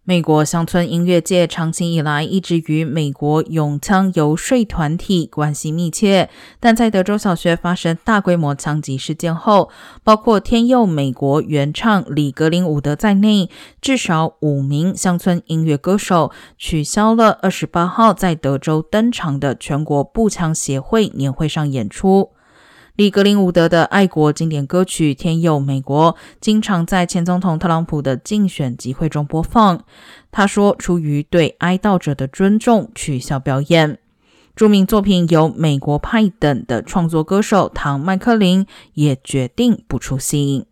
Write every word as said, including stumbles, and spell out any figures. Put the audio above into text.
美国乡村音乐界长期以来一直与美国拥枪游说团体关系密切，但在德州小学发生大规模枪击事件后，包括天佑美国原唱李格林伍德在内，至少五名乡村音乐歌手取消了二十八号在德州登场的全国步枪协会年会上演出。李格林伍德的爱国经典歌曲《天佑美国》经常在前总统特朗普的竞选集会中播放。他说，出于对哀悼者的尊重，取消表演。著名作品由美国派等的创作歌手唐麦克林也决定不出席。